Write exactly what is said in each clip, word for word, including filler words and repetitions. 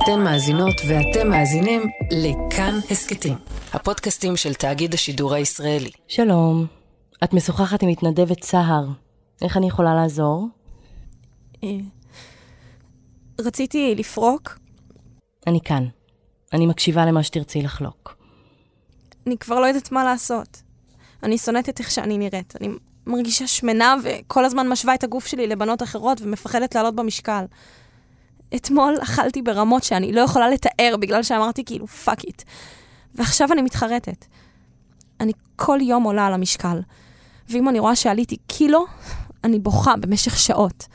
אתן מאזינות ואתם מאזינים לכאן הסקטים, הפודקאסטים של תאגיד השידור הישראלי. שלום, את משוחחת עם מתנדבת סהר. איך אני יכולה לעזור? רציתי לפרוק. אני כאן. אני מקשיבה למה שתרצי לחלוק. אני כבר לא יודעת מה לעשות. אני שונאת את איך שאני נראית. אני מרגישה שמנה וכל הזמן משווה את הגוף שלי לבנות אחרות ומפחדת לעלות במשקל. אתמול אכלתי ברמות שאני לא יכולה לתאר בגלל שאמרתי כאילו פאק איט. ועכשיו אני מתחרטת. אני כל יום עולה על המשקל. ואם אני רואה שעליתי קילו, אני בוכה במשך שעות.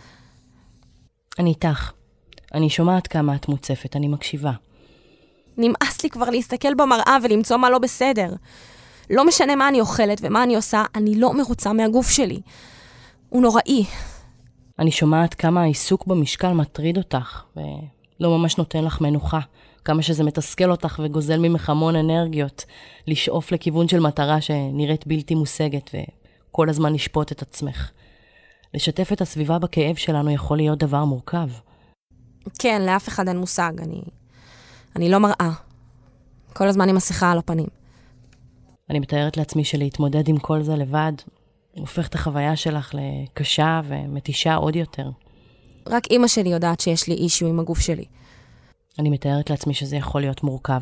אני איתך. אני שומעת כמה את מוצפת, אני מקשיבה. נמאס לי כבר להסתכל במראה ולמצוא מה לא בסדר. לא משנה מה אני אוכלת ומה אני עושה, אני לא מרוצה מהגוף שלי. הוא נוראי. אני שומעת כמה העיסוק במשקל מטריד אותך, ולא ממש נותן לך מנוחה. כמה שזה מתסכל אותך וגוזל ממך המון אנרגיות, לשאוף לכיוון של מטרה שנראית בלתי מושגת, וכל הזמן לשפוט את עצמך. לשתף את הסביבה בכאב שלנו יכול להיות דבר מורכב. כן, לאף אחד אין מושג. אני, אני לא מראה. כל הזמן עם מסכה על הפנים. אני מתארת לעצמי שלהתמודד עם כל זה לבד, הופך את החוויה שלך לקשה ומתישה עוד יותר. רק אמא שלי יודעת שיש לי אישו עם הגוף שלי. אני מתארת לעצמי שזה יכול להיות מורכב.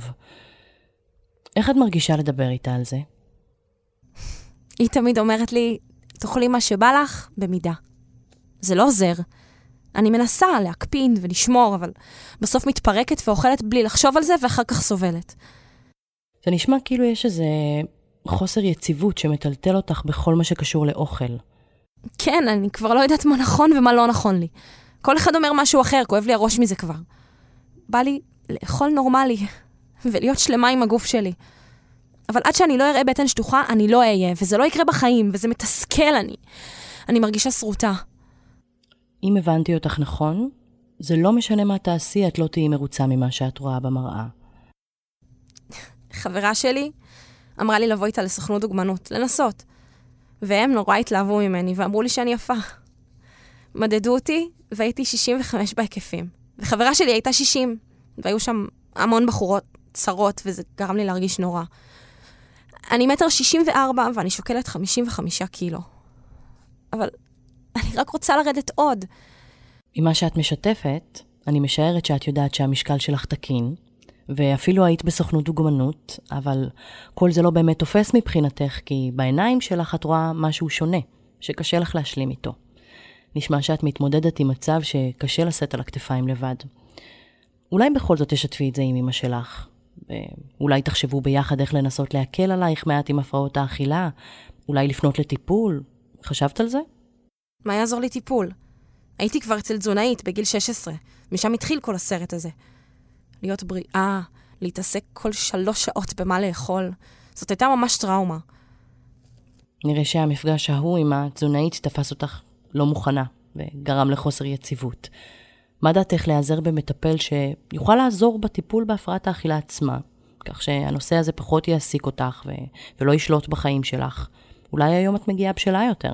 איך את מרגישה לדבר איתה על זה? היא תמיד אומרת לי, תאכלי מה שבא לך במידה. זה לא עוזר. אני מנסה להקפיד ולשמור, אבל בסוף מתפרקת ואוכלת בלי לחשוב על זה ואחר כך סובלת. זה נשמע כאילו יש איזה חוסר יציבות שמטלטל אותך בכל מה שקשור לאוכל. כן, אני כבר לא יודעת מה נכון ומה לא נכון לי. כל אחד אומר משהו אחר, כואב לי הראש מזה כבר. בא לי לאכול נורמלי ולהיות שלמה עם הגוף שלי. אבל עד שאני לא אראה בטן שטוחה, אני לא אהיה, וזה לא יקרה בחיים, וזה מתסכל אני. אני מרגישה שרוטה. אם הבנתי אותך נכון, זה לא משנה מה תעשי, את לא תהיי מרוצה ממה שאת רואה במראה. חברה שלי אמרה לי לבוא איתה לסוכנות דוגמנות, לנסות. והם נורא התלהבו ממני ואמרו לי שאני יפה. מדדו אותי והייתי שישים וחמש בהיקפים. וחברה שלי הייתה שישים, והיו שם המון בחורות צרות, וזה גרם לי להרגיש נורא. אני מטר שישים וארבע ואני שוקלת חמישים וחמישה קילו. אבל אני רק רוצה לרדת עוד. ממה שאת משתפת, אני משערת שאת יודעת שהמשקל שלך תקין, ואפילו היית בסוכנות דוגמנות, אבל כל זה לא באמת תופס מבחינתך, כי בעיניים שלך את רואה משהו שונה, שקשה לך להשלים איתו. נשמע שאת מתמודדת עם מצב שקשה לשאת על הכתפיים לבד. אולי בכל זאת תשתפי את זה עם אמא שלך. אולי תחשבו ביחד איך לנסות להקל עלייך מעט עם הפרעות האכילה. אולי לפנות לטיפול. חשבת על זה? מה יעזור לי טיפול? הייתי כבר אצל תזונאית בגיל שש עשרה. משם התחיל כל הסרט הזה. להיות בריאה, להתעסק כל שלוש שעות במה לאכול. זאת הייתה ממש טראומה. נראה שהמפגש ההוא עם התזונאית תפס אותך לא מוכנה, וגרם לחוסר יציבות. מה דעתך להיעזר במטפל שיוכל לעזור בטיפול בהפרעת האכילה עצמה, כך שהנושא הזה פחות יעסיק אותך ו... ולא ישלוט בחיים שלך? אולי היום את מגיעה בשלה יותר.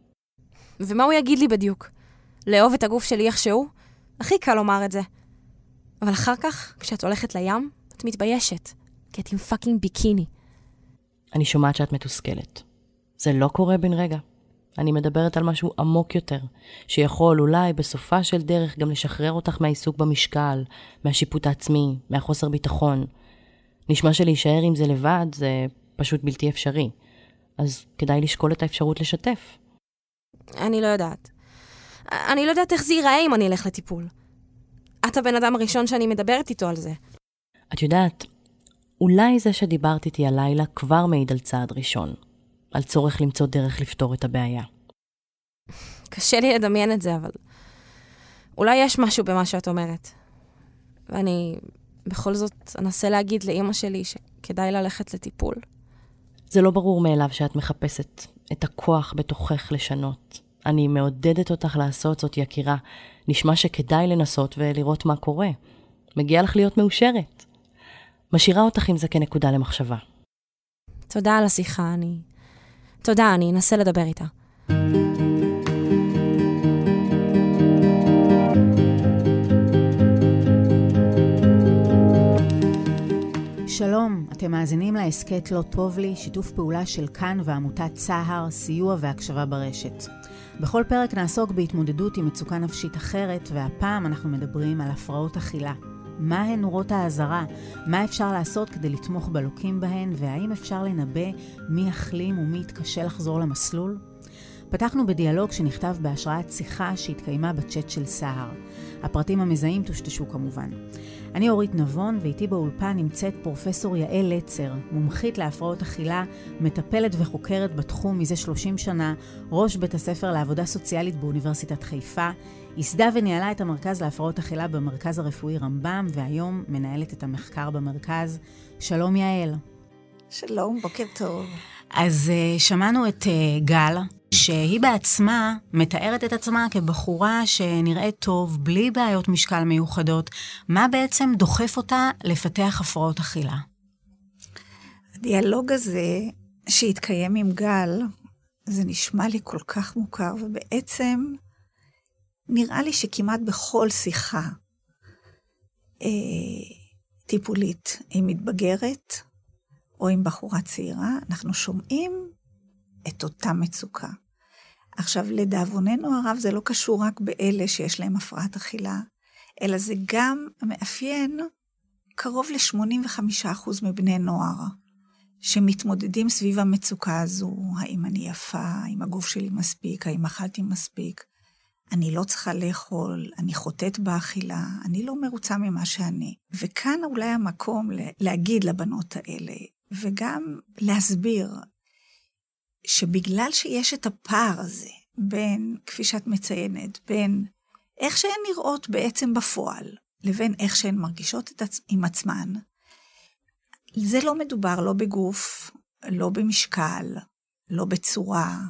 ומה הוא יגיד לי בדיוק? לאהוב את הגוף שלי איכשהו? הכי קל לומר את זה. אבל אחר כך, כשאת הולכת לים, את מתביישת, כי את עם פאקינג ביקיני. אני שומעת שאת מתוסכלת. זה לא קורה בן רגע. אני מדברת על משהו עמוק יותר, שיכול אולי בסופה של דרך גם לשחרר אותך מהעיסוק במשקל, מהשיפוט העצמי, מהחוסר ביטחון. נשמע שלהישאר עם זה לבד זה פשוט בלתי אפשרי. אז כדאי לשקול את האפשרות לשתף. אני לא יודעת. אני לא יודעת איך זה ייראה אם אני אלך לטיפול. את הבן אדם הראשון שאני מדברת איתו על זה. את יודעת, אולי זה שדיברת איתי הלילה כבר מעיד על צעד ראשון. על צורך למצוא דרך לפתור את הבעיה. קשה לי לדמיין את זה, אבל אולי יש משהו במה שאת אומרת. ואני בכל זאת אנסה להגיד לאמא שלי שכדאי ללכת לטיפול. זה לא ברור מאליו שאת מחפשת את הכוח בתוכך לשנות. אני מעודדת אותך לעשות זאת, יקירה. נשמע שכדאי לנסות ולראות מה קורה. מגיע לך להיות מאושרת. משאירה אותך עם זה כנקודה למחשבה. תודה על השיחה, אני... תודה, אני אנסה לדבר איתה. אתם מאזינים להסכת לא טוב לי, שיתוף פעולה של כאן ועמותת צהר, סיוע והקשבה ברשת. בכל פרק נעסוק בהתמודדות עם מצוקה נפשית אחרת, והפעם אנחנו מדברים על הפרעות אכילה. מה הן נורות האזהרה? מה אפשר לעשות כדי לתמוך בלוקים בהן? והאם אפשר לנבא מי יחלים ומי יתקשה לחזור למסלול? פתחנו בדיאלוג שנכתב בהשראת שיחה שהתקיימה בצ'אט של סהר. הפרטים המזהים תושתשו כמובן. אני אורית נבון, ואיתי באולפן נמצאת פרופסור יעל לצר, מומחית להפרעות אכילה, מטפלת וחוקרת בתחום מזה שלושים שנה, ראש בית הספר לעבודה סוציאלית באוניברסיטת חיפה, ייסדה וניהלה את המרכז להפרעות אכילה במרכז הרפואי רמב"ם, והיום מנהלת את המחקר במרכז. שלום יעל. שלום, בוקר טוב. אז uh, שמענו את uh, גל, שהיא בעצמה מתארת את עצמה כבחורה שנראית טוב, בלי בעיות משקל מיוחדות. מה בעצם דוחף אותה לפתח הפרעות אכילה? הדיאלוג הזה שהתקיים עם גל, זה נשמע לי כל כך מוכר, ובעצם נראה לי שכמעט בכל שיחה אה, טיפולית עם מתבגרת, או עם בחורה צעירה, אנחנו שומעים את אותה מצוקה. עכשיו, לדאבוננו הרב, זה לא קשור רק באלה שיש להם הפרעת אכילה, אלא זה גם מאפיין קרוב ל-שמונים וחמישה אחוז מבני נוער, שמתמודדים סביב המצוקה הזו, האם אני יפה, האם הגוף שלי מספיק, האם אכלתי מספיק, אני לא צריכה לאכול, אני חוטאת באכילה, אני לא מרוצה ממה שאני. וכאן אולי המקום להגיד לבנות האלה, וגם להסביר, שבגלל שיש את הפער הזה, בין, כפי שאת מציינת, בין איך שהן נראות בעצם בפועל, לבין איך שהן מרגישות את עצ... עם עצמן, זה לא מדובר לא בגוף, לא במשקל, לא בצורה,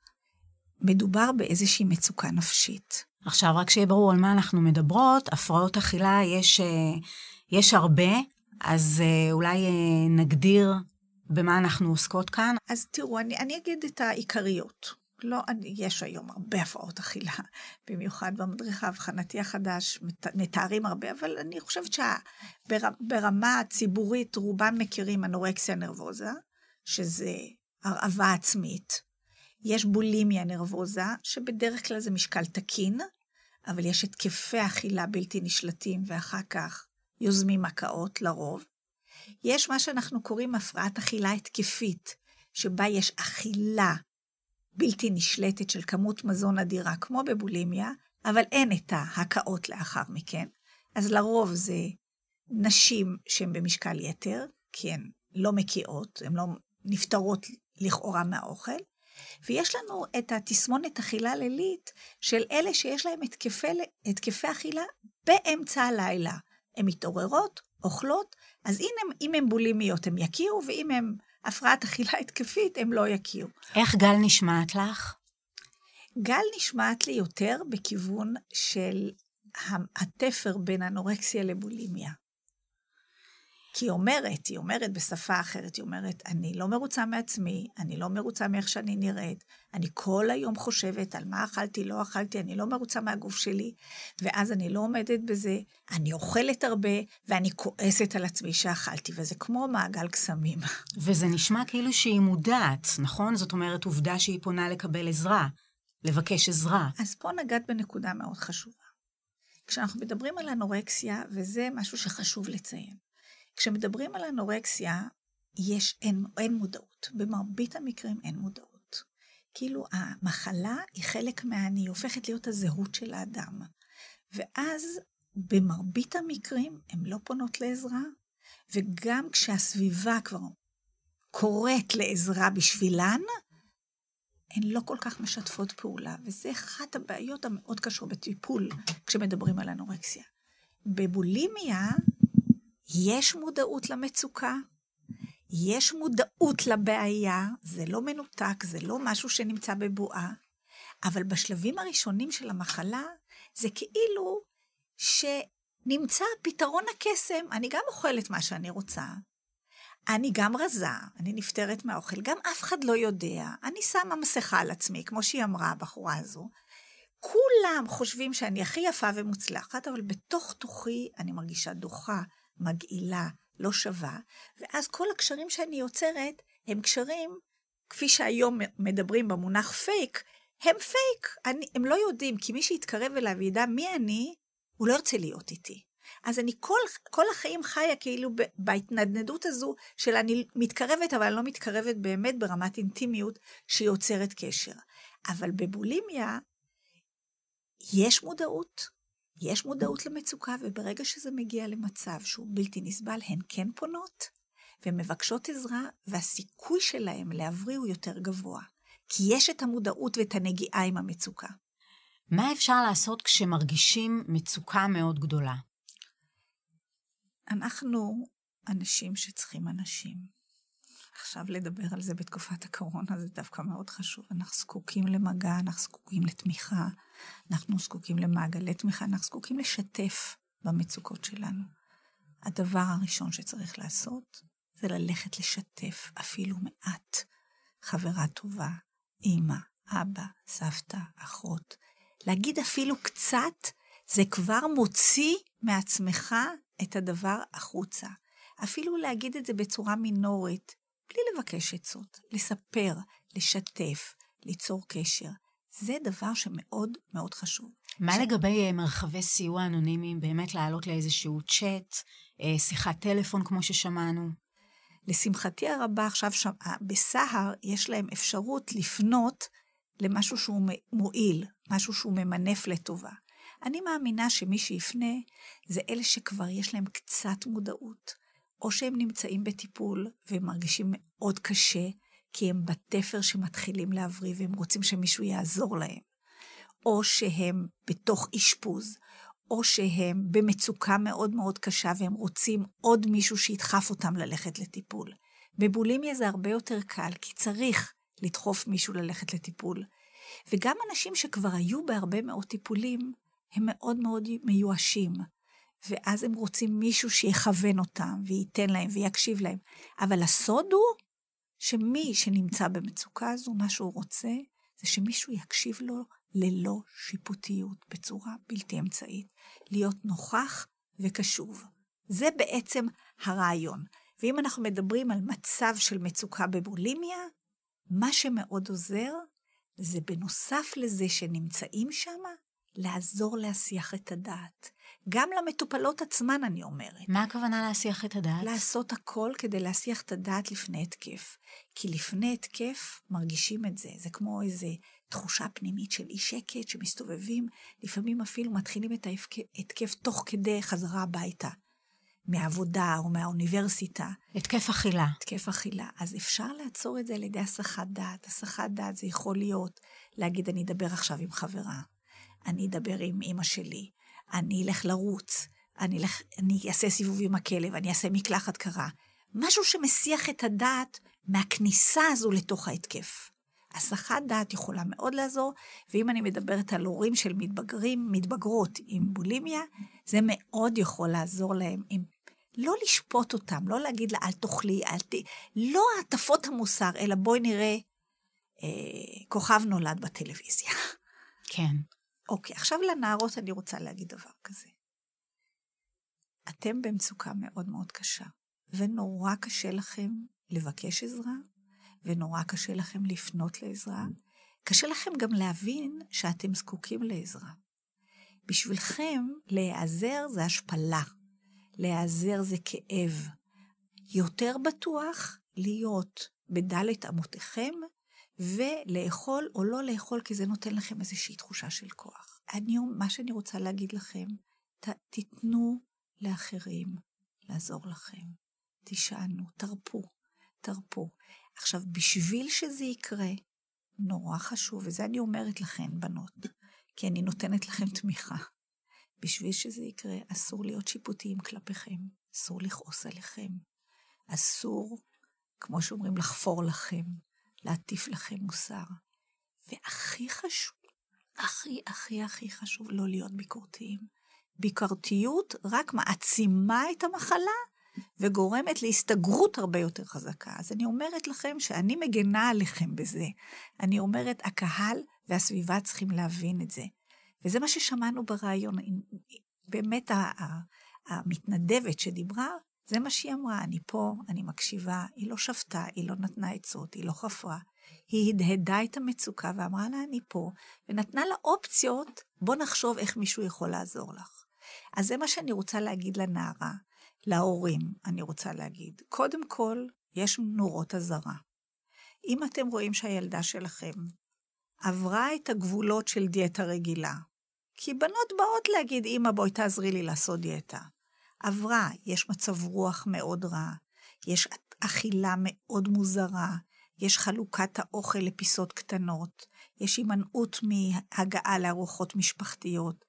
מדובר באיזושהי מצוקה נפשית. עכשיו, רק שיהיה ברור על מה אנחנו מדברות, הפרעות אכילה יש, יש הרבה, אז אולי נגדיר במה אנחנו עוסקות כאן. אז תראו, אני, אני אגיד את העיקריות. לא, אני, יש היום הרבה הפרעות אכילה, במיוחד במדריך האבחנתי החדש, מת, מתארים הרבה, אבל אני חושבת שברמה הציבורית רובם מכירים אנורקסיה נרבוזה, שזה הרעבה עצמית. יש בולימיה נרבוזה, שבדרך כלל זה משקל תקין, אבל יש התקפי אכילה בלתי נשלטים, ואחר כך יוזמים מקאות לרוב. יש מה שאנחנו קוראים הפרעת אכילה התקפית, שבה יש אכילה בלתי נשלטת של כמות מזון אדירה, כמו בבולימיה, אבל אין את ההקאות לאחר מכן. אז לרוב זה נשים שהן במשקל יתר, כי הן לא מקיאות, הן לא נפטרות לכאורה מהאוכל, ויש לנו את התסמונת אכילה לילית של אלה שיש להם התקפי, התקפי אכילה באמצע הלילה. הן מתעוררות, אוכלות, אז אם, אם הן בולימיות הם יקיעו, ואם הן הפרעת אכילה התקפית הם לא יקיעו. איך גל נשמעת לך? גל נשמעת לי יותר בכיוון של התפר בין אנורקסיה לבולימיה. כי היא אומרת, היא אומרת בשפה אחרת, היא אומרת, אני לא מרוצה מעצמי, אני לא מרוצה מאיך שאני נראית, אני כל היום חושבת על מה אכלתי, לא אכלתי, אני לא מרוצה מהגוף שלי, ואז אני לא עומדת בזה, אני אוכלת הרבה, ואני כועסת על עצמי שאכלתי, וזה כמו מעגל קסמים. וזה נשמע כאילו שהיא מודעת, נכון? זאת אומרת, עובדה שהיא פונה לקבל עזרה, לבקש עזרה. אז פה נגעת בנקודה מאוד חשובה. כשאנחנו מדברים על אנורקסיה, וזה משהו שחשוב לציין, כשמדברים על אנורקסיה, יש, אין, אין מודעות. במרבית המקרים אין מודעות. כאילו המחלה היא חלק מהאני, היא הופכת להיות הזהות של האדם. ואז במרבית המקרים הן לא פונות לעזרה, וגם כשהסביבה כבר קוראת לעזרה בשבילן, הן לא כל כך משתפות פעולה. וזה אחת הבעיות המאוד קשות בטיפול כשמדברים על אנורקסיה. בבולימיה, יש מודעות למצוקה, יש מודעות לבעיה, זה לא מנותק, זה לא משהו שנמצא בבועה, אבל בשלבים הראשונים של המחלה, זה כאילו שנמצא פתרון הקסם, אני גם אוכלת מה שאני רוצה, אני גם רזה, אני נפטרת מהאוכל, גם אף אחד לא יודע, אני שמה מסכה על עצמי, כמו שהיא אמרה הבחורה הזו, כולם חושבים שאני הכי יפה ומוצלחת, אבל בתוך תוכי אני מרגישה דוחה, מגעילה, לא שווה, ואז כל הקשרים שאני יוצרת, הם קשרים, כפי שהיום מדברים במונח פייק, הם פייק. אני, הם לא יודעים, כי מי שיתקרב אליו וידע מי אני, הוא לא ירצה להיות איתי. אז אני כל, כל החיים חיה כאילו בהתנדנדות הזו, של אני מתקרבת, אבל אני לא מתקרבת באמת ברמת אינטימיות, שיוצרת קשר. אבל בבולימיה, יש מודעות, יש מודעות למצוקה, וברגע שזה מגיע למצב שהוא בלתי נסבל, הן כן פונות, ומבקשות עזרה, והסיכוי שלהם להבריא הוא יותר גבוה. כי יש את המודעות ואת הנגיעה עם המצוקה. מה אפשר לעשות כשמרגישים מצוקה מאוד גדולה? אנחנו אנשים שצריכים אנשים. עכשיו לדבר על זה בתקופת הקורונה, זה דווקא מאוד חשוב. אנחנו זקוקים למגע, אנחנו זקוקים לתמיכה, אנחנו זקוקים למעגלי תמיכה, אנחנו זקוקים לשתף במצוקות שלנו. הדבר הראשון שצריך לעשות, זה ללכת לשתף אפילו מעט. חברה טובה, אמא, אבא, סבתא, אחות. להגיד אפילו קצת, זה כבר מוציא מעצמך את הדבר החוצה. אפילו להגיד את זה בצורה מינורית, בלי לבקש עצות, לספר, לשתף, ליצור קשר. זה דבר שמאוד מאוד חשוב. מה ש... לגבי מרחבי סיוע אנונימיים, באמת לעלות לאיזשהו צ'אט, שיחת טלפון כמו ששמענו? לשמחתי הרבה עכשיו שם, בסהר יש להם אפשרות לפנות למשהו שהוא מועיל, משהו שהוא ממנף לטובה. אני מאמינה שמי שיפנה זה אלה שכבר יש להם קצת מודעות, או שהם נמצאים בטיפול והם מרגישים מאוד קשה, כי הם בתפר שמתחילים להבריא והם רוצים שמישהו יעזור להם, או שהם בתוך אשפוז, או שהם במצוקה מאוד מאוד קשה והם רוצים עוד מישהו שידחף אותם ללכת לטיפול. בבולימיה זה הרבה יותר קל, כי צריך לדחוף מישהו ללכת לטיפול. וגם אנשים שכבר היו בהרבה מאוד טיפולים, הם מאוד מאוד מיואשים, ואז הם רוצים מישהו שיכוון אותם, וייתן להם ויקשיב להם. אבל הסוד הוא שמי שנמצא במצוקה הזו, מה שהוא רוצה, זה שמישהו יקשיב לו ללא שיפוטיות, בצורה בלתי אמצעית. להיות נוכח וקשוב. זה בעצם הרעיון. ואם אנחנו מדברים על מצב של מצוקה בבולימיה, מה שמאוד עוזר, זה בנוסף לזה שנמצאים שם, לעזור להסיח את הדעת. גם למטופלות עצמן אני אומרת. מה הכוונה להסיח את הדעת? לעשות הכל כדי להסיח את הדעת לפני התקף. כי לפני התקף מרגישים את זה. זה כמו איזו תחושה פנימית של אי שקט שמסתובבים. לפעמים אפילו מתחילים את ההתקף תוך כדי חזרה הביתה. מהעבודה או מהאוניברסיטה. התקף אכילה. התקף אכילה. אז אפשר לעצור את זה על ידי הסחת דעת. הסחת דעת זה יכול להיות להגיד אני אדבר עכשיו עם חברה. אני אדבר עם אמא שלי, אני אלך לרוץ, אני, אלך, אני אעשה סיבוב עם הכלב, אני אעשה מקלחת קרה. משהו שמסיח את הדעת מהכניסה הזו לתוך ההתקף. הסחת דעת יכולה מאוד לעזור, ואם אני מדברת על הורים של מתבגרים, מתבגרות עם בולימיה, זה מאוד יכול לעזור להם, עם, לא לשפוט אותם, לא להגיד לה אל תאכלי, אל ת... לא העטפות המוסר, אלא בואי נראה אה, כוכב נולד בטלוויזיה. כן. אוקיי, עכשיו לנערות אני רוצה להגיד דבר כזה. אתם במצוקה מאוד מאוד קשה, ונורא קשה לכם לבקש עזרה, ונורא קשה לכם לפנות לעזרה. קשה לכם גם להבין שאתם זקוקים לעזרה. בשבילכם, להיעזר זה השפלה. להיעזר זה כאב. יותר בטוח להיות בדלת אמותיכם, ולאכול או לא לאכול, כי זה נותן לכם איזושהי תחושה של כוח. אני, מה שאני רוצה להגיד לכם, ת, תתנו לאחרים לעזור לכם. תשענו, תרפו, תרפו. עכשיו, בשביל שזה יקרה, נורא חשוב, וזה אני אומרת לכם, בנות, כי אני נותנת לכם תמיכה. בשביל שזה יקרה, אסור להיות שיפוטיים כלפיכם, אסור לכעוס עליכם, אסור, כמו שאומרים, לחפור לכם, להטיף לכם מוסר. והכי חשוב, הכי הכי הכי חשוב, לא להיות ביקורתיים. ביקורתיות רק מעצימה את המחלה, וגורמת להסתגרות הרבה יותר חזקה. אז אני אומרת לכם שאני מגנה עליכם בזה. אני אומרת, הקהל והסביבה צריכים להבין את זה. וזה מה ששמענו ברעיון. באמת המתנדבת שדיברה, זה מה שהיא אמרה, אני פה, אני מקשיבה, היא לא שפטה, היא לא נתנה עצות, היא לא חפרה. היא הדהדה את המצוקה ואמרה לה, אני פה, ונתנה לה אופציות, בוא נחשוב איך מישהו יכול לעזור לך. אז זה מה שאני רוצה להגיד לנערה, להורים, אני רוצה להגיד. קודם כל, יש נורות הזרה. אם אתם רואים שהילדה שלכם עברה את הגבולות של דיאטה רגילה, כי בנות באות להגיד, אמא בואי תעזרי לי לעשות דיאטה. עברה, יש מצב רוח מאוד רע, יש אכילה מאוד מוזרה, יש חלוקת האוכל לפיסות קטנות, יש הימנעות מהגעה לארוחות משפחתיות,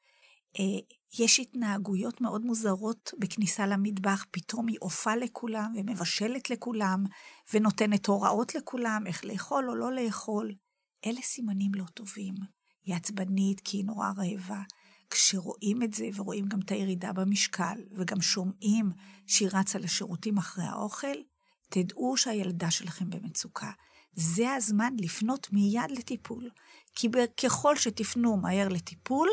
יש התנהגויות מאוד מוזרות בכניסה למטבח, פתאום היא עופה לכולם ומבשלת לכולם, ונותנת הוראות לכולם איך לאכול או לא לאכול. אלה סימנים לא טובים. היא עצבנית כי היא נורא רעבה. כשרואים את זה ורואים גם את הירידה במשקל, וגם שומעים שהיא רצה לשירותים אחרי האוכל, תדעו שהילדה שלכם במצוקה. זה הזמן לפנות מיד לטיפול. כי ככל שתפנו מהר לטיפול,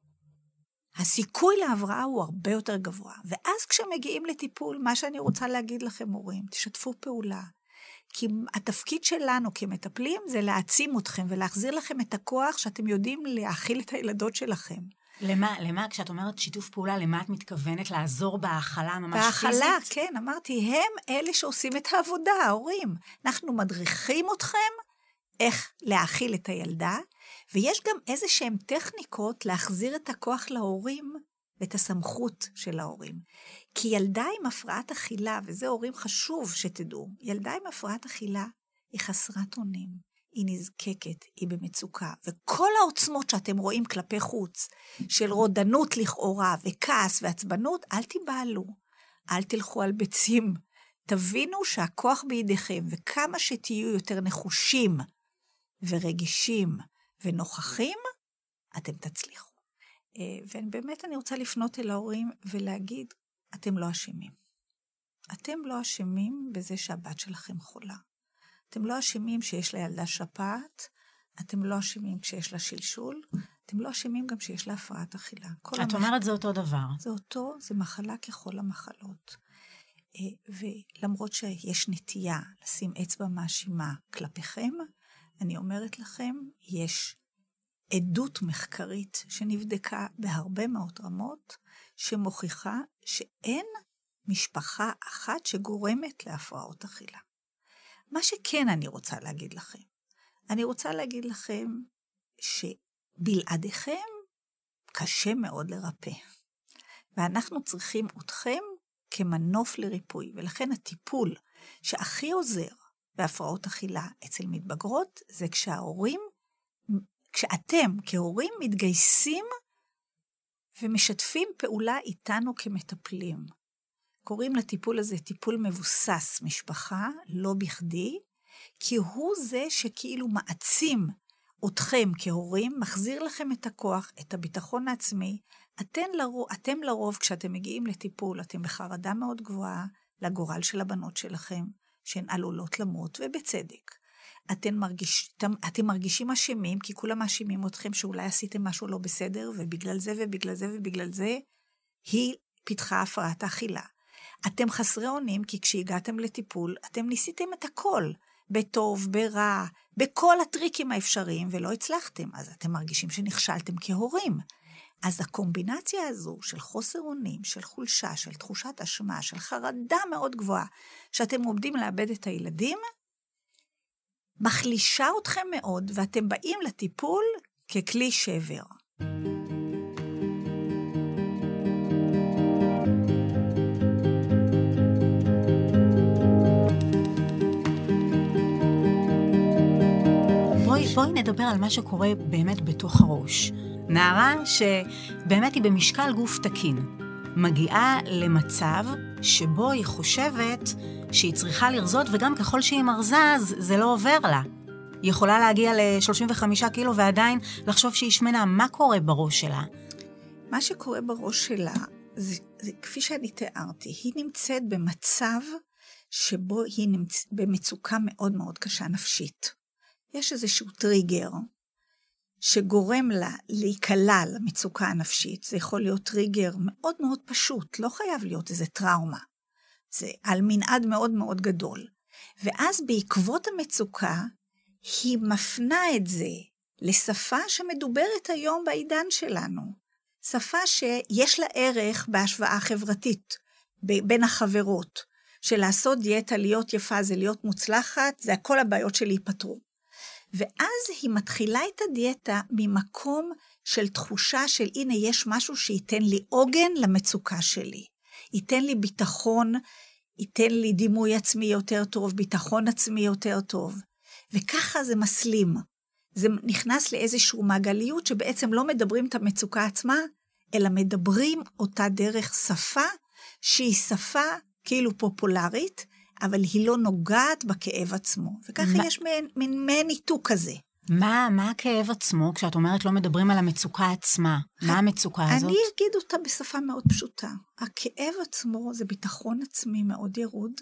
הסיכוי להבראה הוא הרבה יותר גבוה. ואז כשמגיעים לטיפול, מה שאני רוצה להגיד לכם, הורים, תשתפו פעולה. כי התפקיד שלנו כמטפלים זה להעצים אתכם ולהחזיר לכם את הכוח שאתם יודעים להאכיל את הילדות שלכם. למה, למה, כשאת אומרת שיתוף פעולה, למה את מתכוונת לעזור בהאכלה ממש בהאכלה, פיזית? בהאכלה, כן, אמרתי, הם אלה שעושים את העבודה, ההורים. אנחנו מדריכים אתכם איך להאכיל את הילדה, ויש גם איזה שהן טכניקות להחזיר את הכוח להורים, ואת הסמכות של ההורים. כי ילדה עם הפרעת אכילה, וזה הורים חשוב שתדעו, ילדה עם הפרעת אכילה היא חסרת אונים, היא נזקקת, היא במצוקה, וכל העוצמות שאתם רואים כלפי חוץ, של רודנות לכאורה, וכעס ועצבנות, אל תיבעלו, אל תלכו על ביצים, תבינו שהכוח בידיכם, וכמה שתהיו יותר נחושים, ורגישים, ונוכחים, אתם תצליחו. ובאמת אני רוצה לפנות אל ההורים ולהגיד, אתם לא אשמים. אתם לא אשמים בזה שהבת שלכם חולה. אתם לא אשמים שיש לה ילדה שפעת, אתם לא אשמים כשיש לה שלשול, אתם לא אשמים גם שיש לה הפרעת אכילה. את המח... אומרת זה אותו דבר. זה אותו, זה מחלה ככל המחלות. ולמרות שיש נטייה לשים אצבע מאשימה כלפיכם, אני אומרת לכם, יש עדות מחקרית שנבדקה בהרבה מאוד רמות, שמוכיחה שאין משפחה אחת שגורמת להפרעות אכילה. מה שכן אני רוצה להגיד לכם, אני רוצה להגיד לכם שבלעדיכם קשה מאוד לרפא. ואנחנו צריכים אתכם כמנוף לריפוי, ולכן הטיפול שהכי עוזר בהפרעות אכילה אצל מתבגרות, זה כשההורים, כשאתם כהורים מתגייסים ומשתפים פעולה איתנו כמטפלים. קוראים לטיפול הזה טיפול מבוסס משפחה, לא בכדי, כי הוא זה שכאילו מעצים אתכם כהורים, מחזיר לכם את הכוח, את הביטחון העצמי. אתם לרוב, אתם לרוב כשאתם מגיעים לטיפול, אתם בחרדה מאוד גבוהה לגורל של הבנות שלכם, שהן עלולות למות, ובצדק. אתם, מרגיש, אתם, אתם מרגישים אשמים, כי כולם מאשימים אתכם שאולי עשיתם משהו לא בסדר, ובגלל זה ובגלל זה ובגלל זה, היא פיתחה הפרעת האכילה. אתם חסרי אונים, כי כשהגעתם לטיפול, אתם ניסיתם את הכל, בטוב, ברע, בכל הטריקים האפשריים, ולא הצלחתם, אז אתם מרגישים שנכשלתם כהורים. אז הקומבינציה הזו של חוסר אונים, של חולשה, של תחושת אשמה, של חרדה מאוד גבוהה, שאתם עומדים לאבד את הילדים, מחלישה אתכם מאוד, ואתם באים לטיפול ככלי שבר. בואי, בואי נדבר על מה שקורה באמת בתוך הראש. נערה שבאמת היא במשקל גוף תקין, מגיעה למצב שבו היא חושבת שהיא צריכה לרזות, וגם ככל שהיא מרזה, זה לא עובר לה. היא יכולה להגיע ל-שלושים וחמישה קילו ועדיין לחשוב שהיא שמנה. מה קורה בראש שלה? מה שקורה בראש שלה, זה, זה כפי שאני תיארתי, היא נמצאת במצב שבו היא נמצאת במצוקה מאוד מאוד קשה נפשית. יש איזשהו טריגר שגורם לה להיקלה למצוקה הנפשית. זה יכול להיות טריגר מאוד מאוד פשוט, לא חייב להיות איזה טראומה. זה על מנעד מאוד מאוד גדול. ואז בעקבות המצוקה, היא מפנה את זה לשפה שמדוברת היום בעידן שלנו. שפה שיש לה ערך בהשוואה חברתית, בין החברות, שלעשות דיאטה, להיות יפה זה להיות מוצלחת, זה כל הבעיות שלי ייפתרו. ואז היא מתחילה את הדיאטה ממקום של תחושה של הנה יש משהו שייתן לי עוגן למצוקה שלי. ייתן לי ביטחון, ייתן לי דימוי עצמי יותר טוב, ביטחון עצמי יותר טוב. וככה זה מסלים. זה נכנס לאיזשהו מעגליות שבעצם לא מדברים את המצוקה עצמה, אלא מדברים אותה דרך שפה, שהיא שפה כאילו פופולרית, אבל היא לא נוגעת בכאב עצמו. וככה מה... יש מין, מין, מין ניתוק כזה. מה, מה הכאב עצמו? כשאת אומרת לא מדברים על המצוקה עצמה. מה המצוקה הזאת? אני אגיד אותה בשפה מאוד פשוטה. הכאב עצמו זה ביטחון עצמי מאוד ירוד,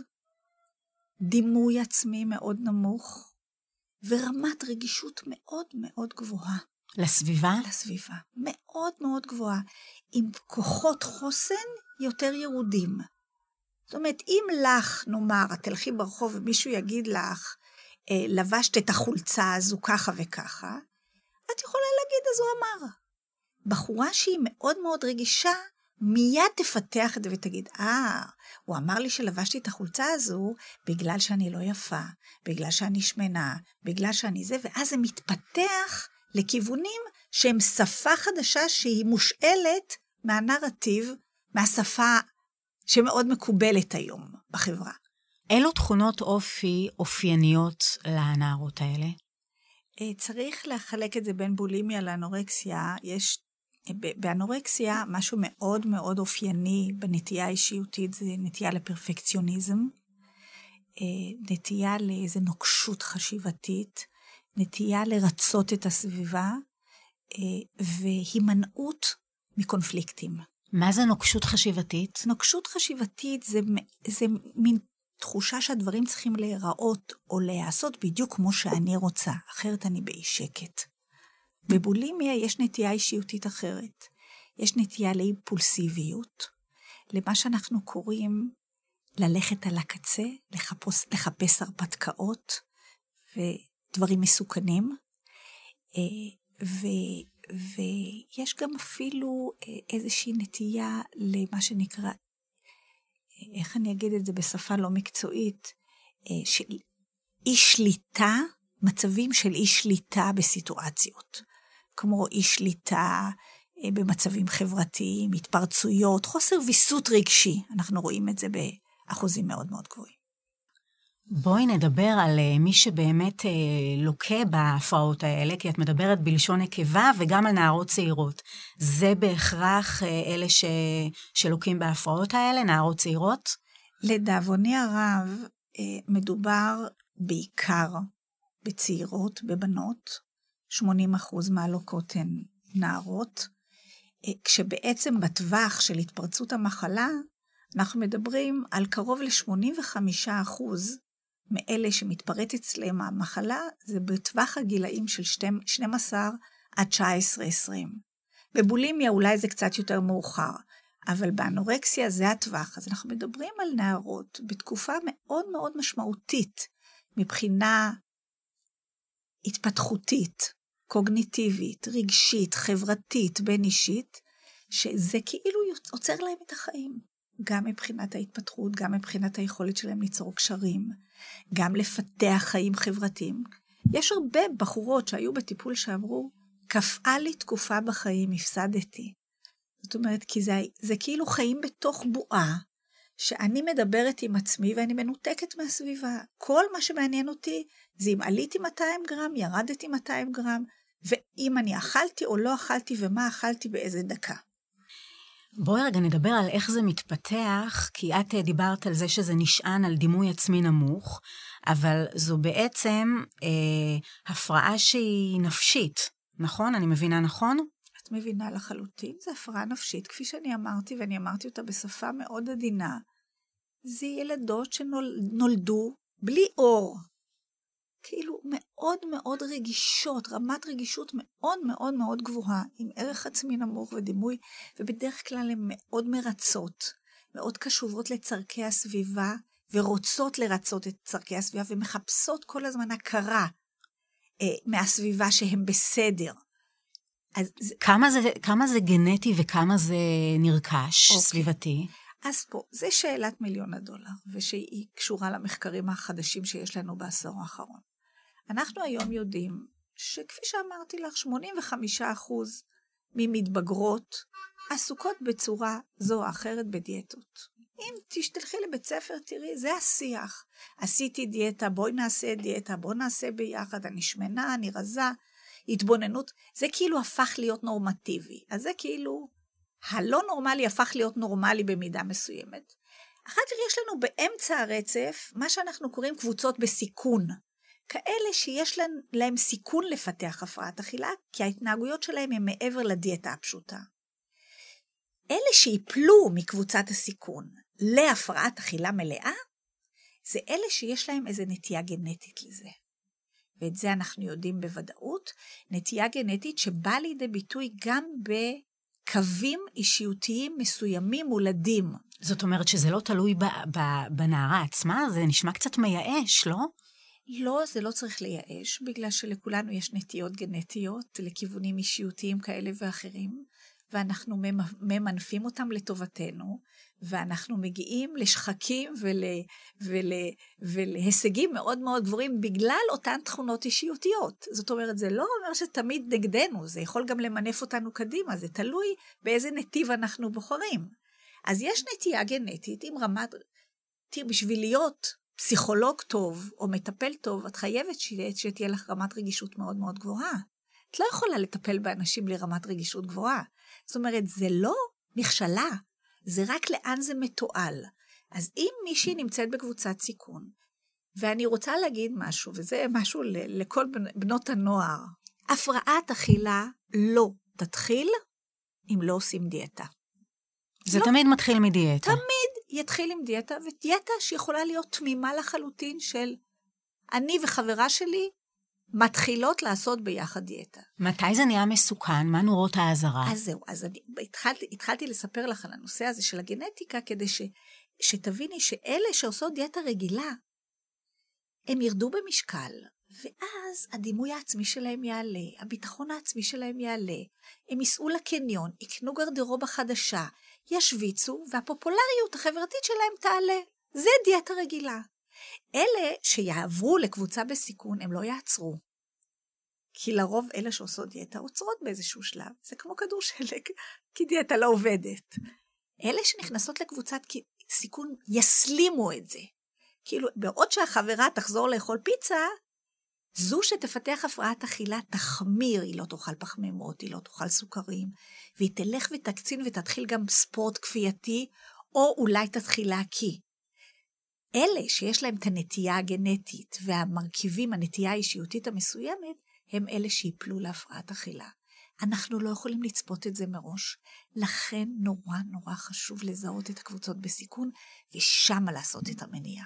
דימוי עצמי מאוד נמוך, ורמת רגישות מאוד מאוד גבוהה. לסביבה? לסביבה. מאוד מאוד גבוהה. עם כוחות חוסן יותר ירודים. זאת אומרת, אם לך, נאמר, את תלכי ברחוב ומישהו יגיד לך, אה, לבשת את החולצה הזו ככה וככה, את יכולה להגיד, אז הוא אמר. בחורה שהיא מאוד מאוד רגישה, מיד תפתח את זה ותגיד, אה, הוא אמר לי שלבשתי את החולצה הזו, בגלל שאני לא יפה, בגלל שאני שמנה, בגלל שאני זה, ואז זה מתפתח לכיוונים שהם שפה חדשה שהיא מושאלת מהנרטיב, מהשפה שמאוד מקובלת היום בחברה. אילו תכונות אופי אופייניות לנערות האלה? צריך לחלק את זה בין בולימיה לאנורקסיה. יש באנורקסיה משהו מאוד מאוד אופייני בנטייה האישיותית, זה נטייה לפרפקציוניזם, נטייה לאיזו נוקשות חשיבתית, נטייה לרצות את הסביבה, והימנעות מקונפליקטים. מה זה נוקשות חשיבתית? נוקשות חשיבתית זה, זה מין תחושה שהדברים צריכים להיראות או להיעשות בדיוק כמו שאני רוצה, אחרת אני באי שקט. בבולימיה יש נטייה אישיותית אחרת. יש נטייה לאימפולסיביות, למה שאנחנו קוראים ללכת על הקצה, לחפש, לחפש הרפתקאות ודברים מסוכנים, ו, ויש גם אפילו איזושהי נטייה למה שנקרא, איך אני אגיד את זה בשפה לא מקצועית, של אי שליטה, מצבים של אי שליטה בסיטואציות, כמו אי שליטה במצבים חברתיים, התפרצויות, חוסר ויסות רגשי, אנחנו רואים את זה באחוזים מאוד מאוד גבוהים. בואי נדבר על מי שבאמת לוקה בהפרעות האלה, כי את מדברת בלשון נקבה וגם על נערות צעירות. זה בהכרח אלה ש... שלוקים בהפרעות האלה, נערות צעירות? לדאבוני הרב, מדובר בעיקר בצעירות, בבנות, שמונים אחוז מהלוקות הן נערות, כשבעצם בטווח של התפרצות המחלה, אנחנו מדברים על קרוב ל-שמונים וחמישה אחוז מאלה שמתפרט אצלם המחלה, זה בטווח הגילאים של שתים עשרה עד תשע עשרה עשרים. בבולימיה אולי זה קצת יותר מאוחר, אבל באנורקסיה זה הטווח. אז אנחנו מדברים על נערות בתקופה מאוד מאוד משמעותית, מבחינה התפתחותית, קוגניטיבית, רגשית, חברתית, בין אישית, שזה כאילו עוצר להם את החיים. גם מבחינת ההתפתחות, גם מבחינת היכולת שלהם ליצור קשרים, גם לפתח חיים חברתיים. יש הרבה בחורות שהיו בטיפול שאמרו, קפאה לי תקופה בחיים, הפסדתי. זאת אומרת, כי זה, זה כאילו חיים בתוך בועה, שאני מדברת עם עצמי ואני מנותקת מהסביבה. כל מה שמעניין אותי זה אם עליתי מאתיים גרם, ירדתי מאתיים גרם, ואם אני אכלתי או לא אכלתי ומה אכלתי באיזה דקה. בואי רגע נדבר על איך זה מתפתח, כי את דיברת על זה שזה נשען על דימוי עצמי נמוך, אבל זו בעצם אה, הפרעה שהיא נפשית, נכון? אני מבינה נכון? את מבינה לחלוטין, זו הפרעה נפשית, כפי שאני אמרתי, ואני אמרתי אותה בשפה מאוד עדינה. זה ילדות שנולדו בלי אור, כאילו מאוד מאוד רגישות, רמת רגישות מאוד מאוד מאוד גבוהה, עם ערך עצמי נמוך ודימוי, ובדרך כלל הן מאוד מרצות. מאוד קשובות לצרכי הסביבה, ורוצות לרצות את צרכי הסביבה, ומחפשות כל הזמן הכרה אה, מהסביבה שהם בסדר. אז כמה זה, כמה זה גנטי וכמה זה נרכש, אוקיי. סביבתי? אז פה, זה שאלת מיליון הדולר, ושהיא קשורה למחקרים החדשים שיש לנו בעשור האחרון. אנחנו היום יודעים שכפי שאמרתי לך, שמונים וחמישה אחוז ממתבגרות עסוקות בצורה זו או אחרת בדיאטות. אם תשתלחי לבית ספר, תראי, זה השיח. עשיתי דיאטה, בואי נעשה דיאטה, בואי נעשה ביחד, אני שמנה, אני רזה, התבוננות. זה כאילו הפך להיות נורמטיבי. אז זה כאילו, הלא נורמלי הפך להיות נורמלי במידה מסוימת. אחר כך יש לנו באמצע הרצף, מה שאנחנו קוראים קבוצות בסיכון. כאלה שיש להם, להם סיכון לפתח הפרעת אכילה, כי ההתנהגויות שלהם הן מעבר לדיאטה הפשוטה. אלה שיפלו מקבוצת הסיכון להפרעת אכילה מלאה, זה אלה שיש להם איזו נטייה גנטית לזה. ואת זה אנחנו יודעים בוודאות, נטייה גנטית שבאה לידי ביטוי גם בקווים אישיותיים מסוימים מולדים. זאת אומרת שזה לא תלוי ב- ב- בנערה עצמה, זה נשמע קצת מייאש, לא? לא, זה לא צריך לייאש, בגלל שלכולנו יש נטיות גנטיות לכיוונים אישיותיים כאלה ואחרים, ואנחנו ממנפים אותם לטובתנו, ואנחנו מגיעים לשחקים ול, ול, ולהישגים מאוד מאוד גבוהים, בגלל אותן תכונות אישיותיות. זאת אומרת, זה לא אומר שתמיד נגדנו, זה יכול גם למנף אותנו קדימה, זה תלוי באיזה נתיב אנחנו בוחרים. אז יש נטייה גנטית עם רמת, תראה, בשביל להיות פסיכולוג טוב או מטפל טוב, את חייבת שתהיה לך רמת רגישות מאוד מאוד גבוהה. את לא יכולה לטפל באנשים לרמת רגישות גבוהה. זאת אומרת, זה לא מכשלה, זה רק לאן זה מתועל. אז אם מישהי נמצאת בקבוצת סיכון, ואני רוצה להגיד משהו, וזה משהו לכל בנות הנוער, הפרעת אכילה לא תתחיל אם לא עושים דיאטה. זה לא, תמיד מתחיל מדיאטה. תמיד יתחיל עם דיאטה, ודיאטה שיכולה להיות תמימה לחלוטין של אני וחברה שלי, מתחילות לעשות ביחד דיאטה. מתי זה נהיה מסוכן? מה נורות האזהרה? אז זהו, אז אני התחלתי, התחלתי לספר לך על הנושא הזה של הגנטיקה, כדי ש, שתביני שאלה שעושות דיאטה רגילה, הם ירדו במשקל, ואז הדימוי העצמי שלהם יעלה, הביטחון העצמי שלהם יעלה, הם ייסעו לקניון, יקנו גרדרובה חדשה, ישוויצו, והפופולריות החברתית שלהם תעלה. זה דיאטה רגילה. אלה שיעברו לקבוצה בסיכון, הם לא יעצרו. כי לרוב אלה שעושות דיאטה עוצרות באיזשהו שלב. זה כמו כדור שלג, כי דיאטה לא עובדת. אלה שנכנסות לקבוצת סיכון יסלימו את זה. כאילו, בעוד שהחברה תחזור לאכול פיצה, זו שתפתח הפרעת אכילה תחמיר, היא לא תאכל פחמימות, היא לא תאכל סוכרים, והיא תלך ותקצין ותתחיל גם ספורט כפייתי, או אולי תתחיל להקיא. אלה שיש להם את הנטייה הגנטית והמרכיבים, הנטייה האישיותית המסוימת, הם אלה שיפלו להפרעת אכילה. אנחנו לא יכולים לצפות את זה מראש, לכן נורא נורא חשוב לזהות את הקבוצות בסיכון, ושמה לעשות את המניעה.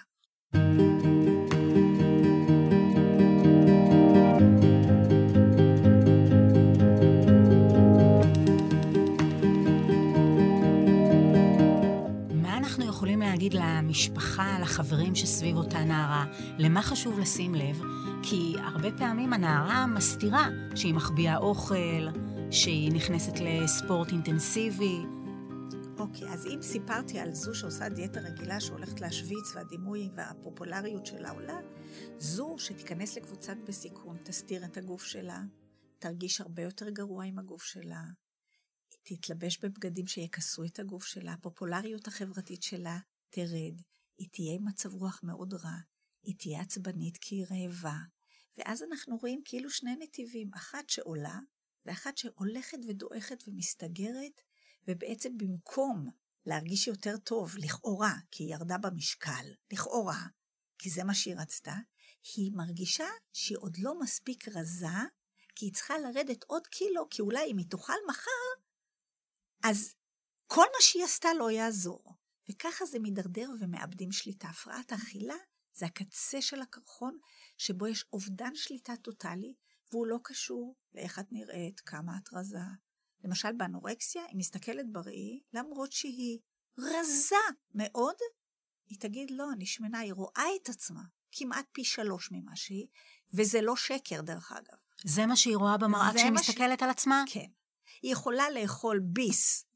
להגיד למשפחה, לחברים שסביב אותה נערה, למה חשוב לשים לב? כי הרבה פעמים הנערה מסתירה שהיא מחביאה אוכל, שהיא נכנסת לספורט אינטנסיבי. אוקיי, אז אם סיפרתי על זו שעושה דיאטה רגילה שהולכת להשוויץ והדימוי והפופולריות שלה עולה, זו שתיכנס לקבוצת בסיכון, תסתיר את הגוף שלה, תרגיש הרבה יותר גרוע עם הגוף שלה, תתלבש בבגדים שיקסו את הגוף שלה, הפופולריות החברתית שלה תרד, היא תהיה עם מצב רוח מאוד רע, היא תהיה עצבנית כי היא רעבה, ואז אנחנו רואים כאילו שני נתיבים, אחת שעולה, ואחת שהולכת ודועכת ומסתגרת, ובעצם במקום להרגיש יותר טוב, לכאורה, כי היא ירדה במשקל, לכאורה, כי זה מה שהיא רצתה, היא מרגישה שהיא עוד לא מספיק רזה, כי היא צריכה לרדת עוד קילו, כי אולי אם היא תאכל מחר, אז כל מה שהיא עשתה לא יעזור. וככה זה מדרדר ומאבדים שליטה. הפרעת האכילה זה הקצה של הקרחון, שבו יש אובדן שליטה טוטלי, והוא לא קשור לאיך את נראית, כמה את רזה. למשל באנורקסיה, היא מסתכלת בראי, למרות שהיא רזה מאוד, היא תגיד, לא, אני שמנה, היא רואה את עצמה כמעט פי שלוש ממה שהיא, וזה לא שקר דרך אגב. זה מה שהיא רואה במראה כשהיא מסתכלת ש... על עצמה? כן. היא יכולה לאכול ביס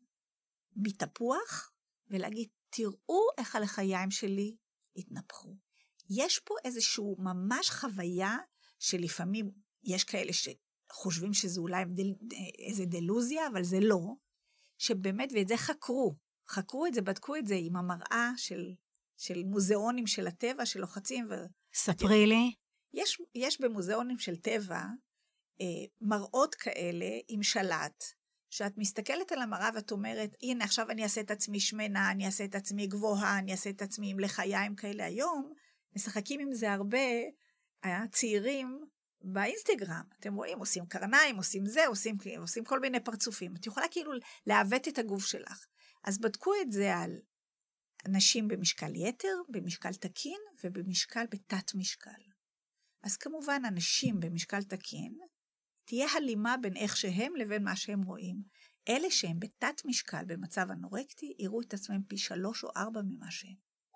מתפוח, ולהגיד, תראו איך הלחיים שלי התנפחו. יש פה איזשהו ממש חוויה, שלפעמים יש כאלה שחושבים שזה אולי איזה דלוזיה, אבל זה לא, שבאמת, ואת זה חקרו, חקרו את זה, בדקו את זה עם המראה של, של מוזיאונים של הטבע, של לוחצים. ו... ספרי לי. יש, יש במוזיאונים של טבע, אה, מראות כאלה עם שלט, שאת מסתכלת על המראה ואת אומרת, הנה עכשיו אני אעשה את עצמי שמנה, אני אעשה את עצמי גבוהה, אני אעשה את עצמי עם לחיים כאלה. היום משחקים עם זה הרבה הצעירים באינסטגרם. אתם רואים, עושים קרניים, עושים זה, עושים, עושים כל מיני פרצופים. את יכולה כאילו לעוות את הגוף שלך. אז בדקו את זה על אנשים במשקל יתר, במשקל תקין ובמשקל בתת משקל. אז כמובן אנשים במשקל תקין, תהיה הלימה בין איך שהם לבין מה שהם רואים. אלה שהם בתת משקל במצב אנורקטי, יראו את עצמם פי שלוש או ארבע ממה שהם.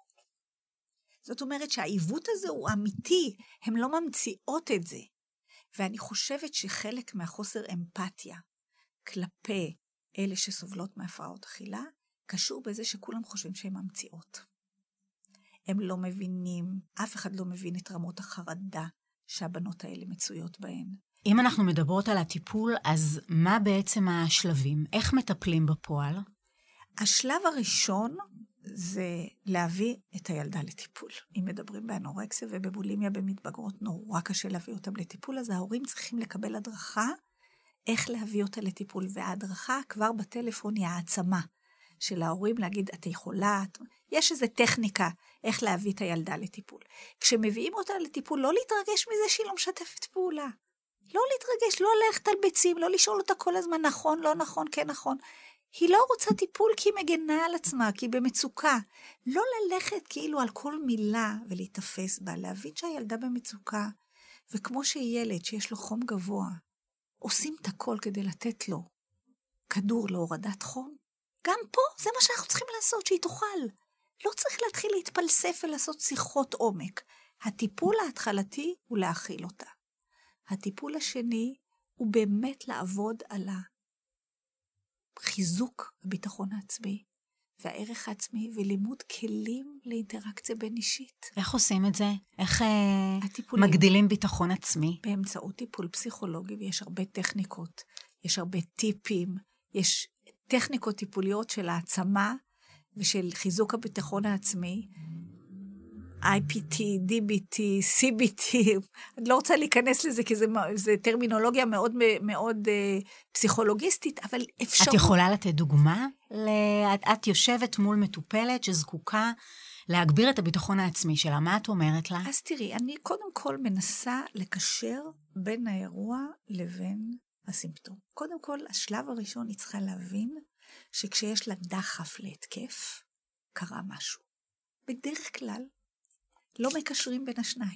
זאת אומרת שהעיוות הזה הוא אמיתי, הם לא ממציאות את זה. ואני חושבת שחלק מהחוסר אמפתיה כלפי אלה שסובלות מהפרעות אכילה, קשור בזה שכולם חושבים שהם ממציאות. הם לא מבינים, אף אחד לא מבין את רמות החרדה שהבנות האלה מצויות בהן. אם אנחנו מדברות על הטיפול, אז מה בעצם השלבים? איך מטפלים בפועל? השלב הראשון זה להביא את הילדה לטיפול. אם מדברים באנורקסיה ובבולימיה במתבגרות, נורא קשה להביא אותם לטיפול, אז ההורים צריכים לקבל הדרכה איך להביא אותה לטיפול, וההדרכה כבר בטלפון היא העצמה של ההורים להגיד, את יכולה, יש איזו טכניקה איך להביא את הילדה לטיפול. כשמביאים אותה לטיפול, לא להתרגש מזה שהיא לא משתפת פעולה. לא להתרגש, לא ללכת על ביצים, לא לשאול אותה כל הזמן נכון, לא נכון, כן נכון. היא לא רוצה טיפול כי היא מגנה על עצמה, כי היא במצוקה. לא ללכת כאילו על כל מילה ולהתאפס בה, להבין שהילדה במצוקה, וכמו שילד שיש לו חום גבוה, עושים את הכל כדי לתת לו כדור להורדת חום. גם פה זה מה שאנחנו צריכים לעשות, שהיא תוכל. לא צריך להתחיל להתפלסף ולעשות שיחות עומק. הטיפול ההתחלתי הוא להכיל אותה. הטיפול השני הוא באמת לעבוד על החיזוק הביטחון העצמי והערך העצמי ולימוד כלים לאינטראקציה בין אישית. איך עושים את זה? איך הטיפולים, מגדילים ביטחון עצמי? באמצעות טיפול פסיכולוגי, ויש הרבה טכניקות, יש הרבה טיפים, יש טכניקות טיפוליות של העצמה ושל חיזוק הביטחון העצמי, איי פי טי, די בי טי, סי בי טי, אני לא רוצה להיכנס לזה, כי זה, זה טרמינולוגיה מאוד, מאוד uh, פסיכולוגיסטית, אבל אפשר... את יכולה לתת דוגמה? את, את יושבת מול מטופלת שזקוקה להגביר את הביטחון העצמי שלה, מה את אומרת לה? אז תראי, אני קודם כל מנסה לקשר בין האירוע לבין הסימפטום. קודם כל, השלב הראשון היא צריכה להבין, שכשיש לה דחף להתקף, קרה משהו. בדרך כלל, לא מקשרים בין השניים.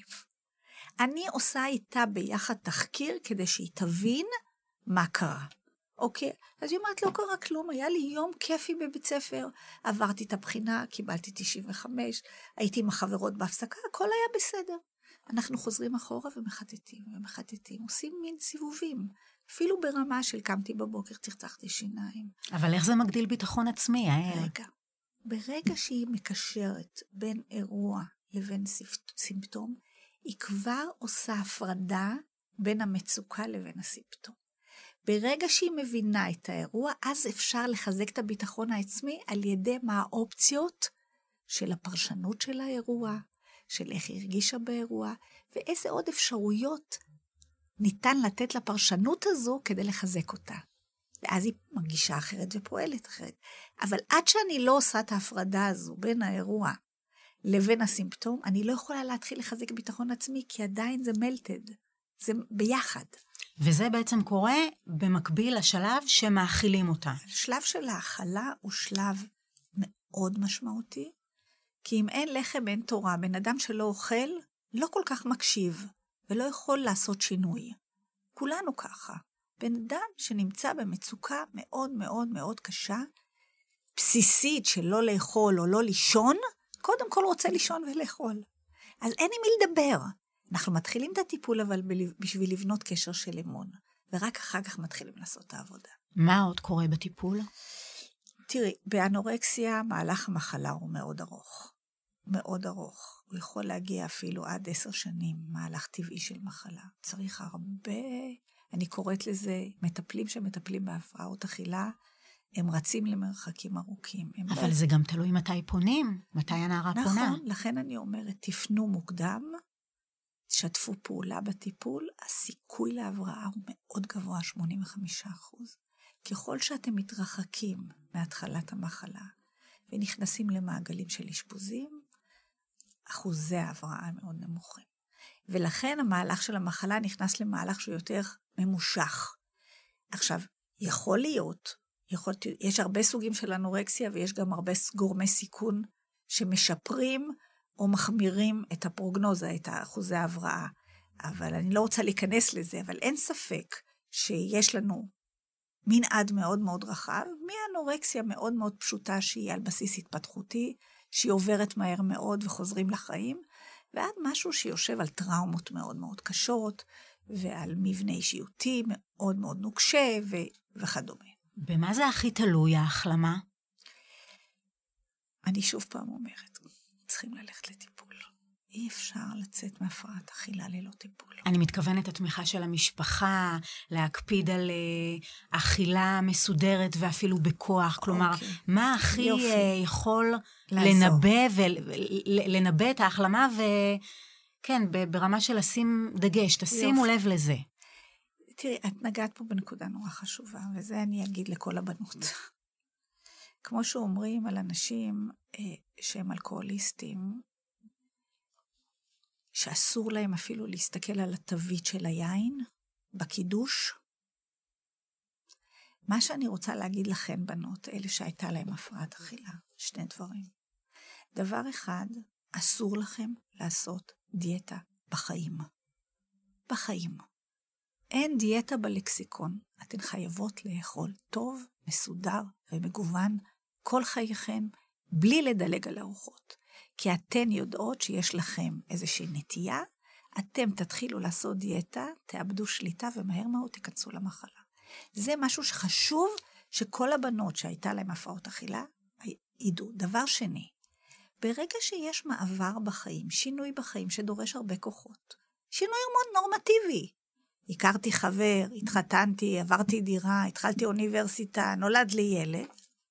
אני עושה איתה ביחד תחקיר, כדי שהיא תבין מה קרה. אוקיי? אז היא אומרת, לא קרה כלום, היה לי יום כיפי בבית ספר, עברתי את הבחינה, קיבלתי תשעים וחמש, הייתי עם החברות בהפסקה, הכל היה בסדר. אנחנו חוזרים אחורה ומחטטים, ומחטטים, עושים מין סיבובים. אפילו ברמה של קמתי בבוקר, צחצחתי שיניים. אבל איך זה מגדיל ביטחון עצמי, האל? רגע. ברגע שהיא מקשרת בין אירוע לבין סימפטום, היא כבר עושה הפרדה בין המצוקה לבין הסימפטום. ברגע שהיא מבינה את האירוע, אז אפשר לחזק את הביטחון העצמי על ידי מה האופציות של הפרשנות של האירוע, של איך היא הרגישה באירוע, ואיזה עוד אפשרויות ניתן לתת לפרשנות הזו כדי לחזק אותה. ואז היא מרגישה אחרת ופועלת אחרת. אבל עד שאני לא עושה את ההפרדה הזו בין האירוע לבין הסימפטום, אני לא יכולה להתחיל לחזק ביטחון עצמי, כי עדיין זה מלטד, זה ביחד. וזה בעצם קורה במקביל לשלב שמאכילים אותה. השלב של האכלה הוא שלב מאוד משמעותי, כי אם אין לחם אין תורה, בן אדם שלא אוכל לא כל כך מקשיב, ולא יכול לעשות שינוי. כולנו ככה. בן אדם שנמצא במצוקה מאוד מאוד מאוד קשה, בסיסית של לא לאכול או לא לישון, קודם כל רוצה לישון ולאכול. אז אין עם מי לדבר. אנחנו מתחילים את הטיפול, אבל בשביל לבנות קשר של אמון, ורק אחר כך מתחילים לעשות את העבודה. מה עוד קורה בטיפול? תראי, באנורקסיה, מהלך המחלה הוא מאוד ארוך. מאוד ארוך. הוא יכול להגיע אפילו עד עשר שנים, מהלך טבעי של מחלה. צריך הרבה, אני קוראת לזה, מטפלים שמטפלים בהפרעות אכילה, הם רצים למרחקים ארוכים. אבל זה גם תלוי מתי פונים, מתי הנערה פונה. נכון, לכן אני אומרת, תפנו מוקדם, תשתפו פעולה בטיפול, הסיכוי להבראה הוא מאוד גבוה, שמונים וחמישה אחוז. ככל שאתם מתרחקים מהתחלת המחלה, ונכנסים למעגלים של אשפוזים, אחוזי ההבראה מאוד נמוכים. ולכן המהלך של המחלה נכנס למהלך שהוא יותר ממושך. עכשיו, יכול להיות, יכול, יש הרבה סוגים של אנורקסיה, ויש גם הרבה גורמי סיכון שמשפרים או מחמירים את הפרוגנוזה, את אחוזי ההבראה. אבל אני לא רוצה להיכנס לזה, אבל אין ספק שיש לנו מנעד מאוד מאוד רחב, מאנורקסיה מאוד מאוד פשוטה שהיא על בסיס התפתחותי, שהיא עוברת מהר מאוד וחוזרים לחיים, ועד משהו שיושב על טראומות מאוד מאוד קשות, ועל מבנה אישיותי מאוד מאוד נוקשה ו- וכדומה. במה זה הכי תלוי, ההחלמה? אני שוב פעם אומרת, צריכים ללכת לטיפול. אי אפשר לצאת מהפרעת אכילה ללא טיפול. אני מתכוונת התמיכה של המשפחה, להקפיד על uh, אכילה מסודרת ואפילו בכוח, כלומר, okay. מה הכי uh, יכול לנבא, ולנבא את ההחלמה, וכן, ברמה של לשים דגש, תשימו לב לזה. תראי, את נגעת פה בנקודה נורא חשובה, וזה אני אגיד לכל הבנות. כמו שאומרים על אנשים uh, שהם אלכוהוליסטים, שאסור להם אפילו להסתכל על התווית של היין, בקידוש. מה שאני רוצה להגיד לכם, בנות, אלה שהייתה להם הפרעת אכילה, שני דברים. דבר אחד, אסור לכם לעשות דיאטה בחיים. בחיים. אין דיאטה בלקסיקון. אתן חייבות לאכול טוב, מסודר ומגוון כל חייכם, בלי לדלג על ארוחות. כי אתן יודעות שיש לכם איזושהי נטייה, אתם תתחילו לעשות דיאטה, תאבדו שליטה ומהר מאוד תיכנסו למחלה. זה משהו שחשוב שכל הבנות שהייתה להם הפרעות אכילה, ידעו. דבר שני, ברגע שיש מעבר בחיים, שינוי בחיים שדורש הרבה כוחות, שינוי מאוד נורמטיבי. הכרתי חבר, התחתנתי, עברתי דירה, התחלתי אוניברסיטה, נולד לי ילד,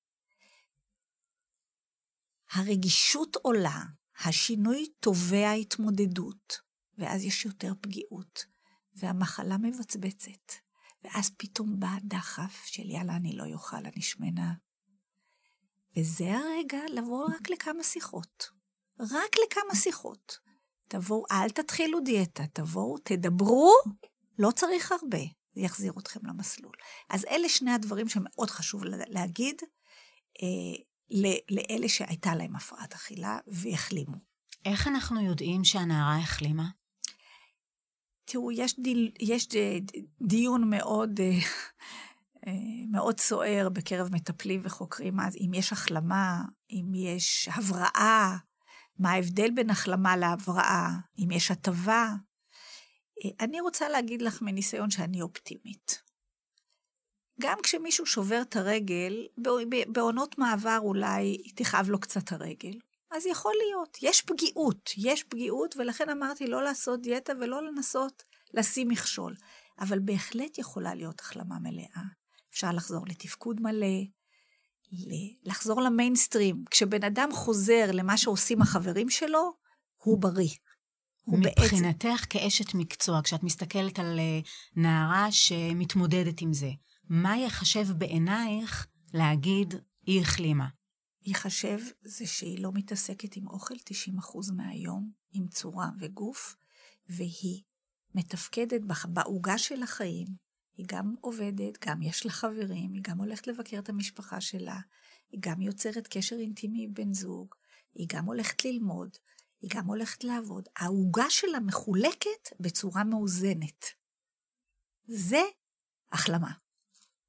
הרגישות עולה, השינוי תובע התמודדות, ואז יש יותר פגיעות, והמחלה מבצבצת, ואז פתאום בא דחף של יאללה, אני לא יוכל, אני שמנה. וזה הרגע לבוא רק לכמה שיחות, רק לכמה שיחות. תבואו, אל תתחילו דיאטה, תבואו, תדברו, לא צריך הרבה, זה יחזיר אתכם למסלול. אז אלה שני הדברים שמאוד חשוב להגיד, אה, לאלה שהייתה להם הפרעת אכילה והחלימו. איך אנחנו יודעים שהנערה החלימה? תראו, יש, דיל, יש דיון מאוד, מאוד סוער בקרב מטפלים וחוקרים, אז אם יש החלמה, אם יש הבראה, מה ההבדל בין החלמה להבראה, אם יש הטבה. אני רוצה להגיד לך מניסיון שאני אופטימית. גם כשמישהו שובר את הרגל, בעונות מעבר אולי תכאב לו קצת הרגל. אז יכול להיות, יש פגיעות, יש פגיעות, ולכן אמרתי לא לעשות דיאטה ולא לנסות לשים מכשול. אבל בהחלט יכולה להיות החלמה מלאה. אפשר לחזור לתפקוד מלא, לחזור למיינסטרים. כשבן אדם חוזר למה שעושים החברים שלו, הוא בריא. מבחינתך בעצם... כאשת מקצוע, כשאת מסתכלת על נערה שמתמודדת עם זה, מה יחשב בעינייך להגיד היא החלימה? יחשב זה שהיא לא מתעסקת עם אוכל תשעים אחוז מהיום, עם צורה וגוף, והיא מתפקדת בעוגה של החיים, היא גם עובדת, גם יש לה חברים, היא גם הולכת לבקר את המשפחה שלה, היא גם יוצרת קשר אינטימי עם בן זוג, היא גם הולכת ללמוד, היא גם הולכת לעבוד. העוגה שלה מחולקת בצורה מאוזנת. זה החלמה.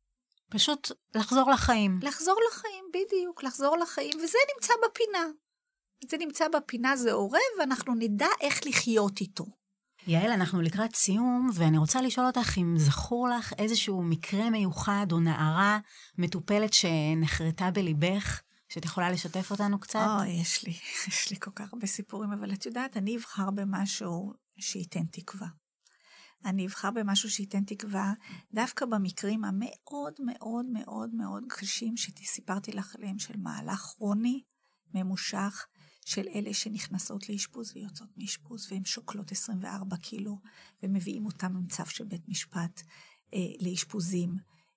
פשוט לחזור לחיים. לחזור לחיים, בדיוק, לחזור לחיים, וזה נמצא בפינה. זה נמצא בפינה, זה עורב, ואנחנו נדע איך לחיות איתו. יעל, אנחנו לקראת סיום, ואני רוצה לשאול אותך אם זכור לך איזשהו מקרה מיוחד או נערה מטופלת שנחרטה בליבך, שאת יכולה לשתף אותנו קצת? או, יש לי, יש לי כל כך הרבה סיפורים, אבל את יודעת, אני אבחר במשהו שייתן תקווה. אני אבחר במשהו שייתן תקווה, דווקא במקרים המאוד מאוד מאוד מאוד קשים שסיפרתי לך עליהם, של מהלך כרוני, ממושך, של אלה שנכנסות לאשפוז ויוצאות מאשפוז, והן שוקלות עשרים וארבע קילו, ומביאים אותם במצב של בית משפט אה, לאשפוזים,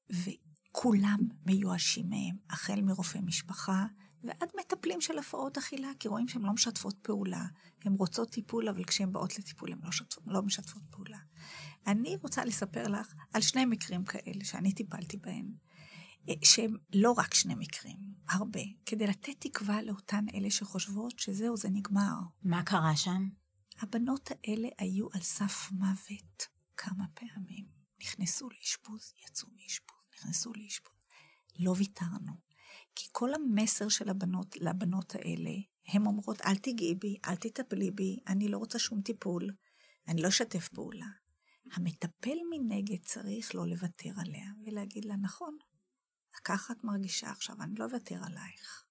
וכולם מיואשים מהם, החל מרופא משפחה, ועד מטפלים של הפרעות אכילה, כי רואים שהן לא משתפות פעולה, הן רוצות טיפול, אבל כשהן באות לטיפול, הן לא, שתפות, לא משתפות פעולה. אני רוצה לספר לך על שני מקרים כאלה, שאני טיפלתי בהם, שהם לא רק שני מקרים, הרבה, כדי לתת תקווה לאותן אלה שחושבות שזהו, זה נגמר. מה קרה שם? הבנות האלה היו על סף מוות כמה פעמים. נכנסו לאשפוז, יצאו מאשפוז, נכנסו לאשפוז. לא ויתרנו. כי כל המסר של הבנות, לבנות האלה, הן אומרות, אל תגיעי בי, אל תטפלי בי, אני לא רוצה שום טיפול, אני לא אשתף פעולה. המטפל מנגד צריך לא לוותר עליה, ולהגיד לה, נכון, ככה את מרגישה עכשיו, אני לא אוותר עלייך.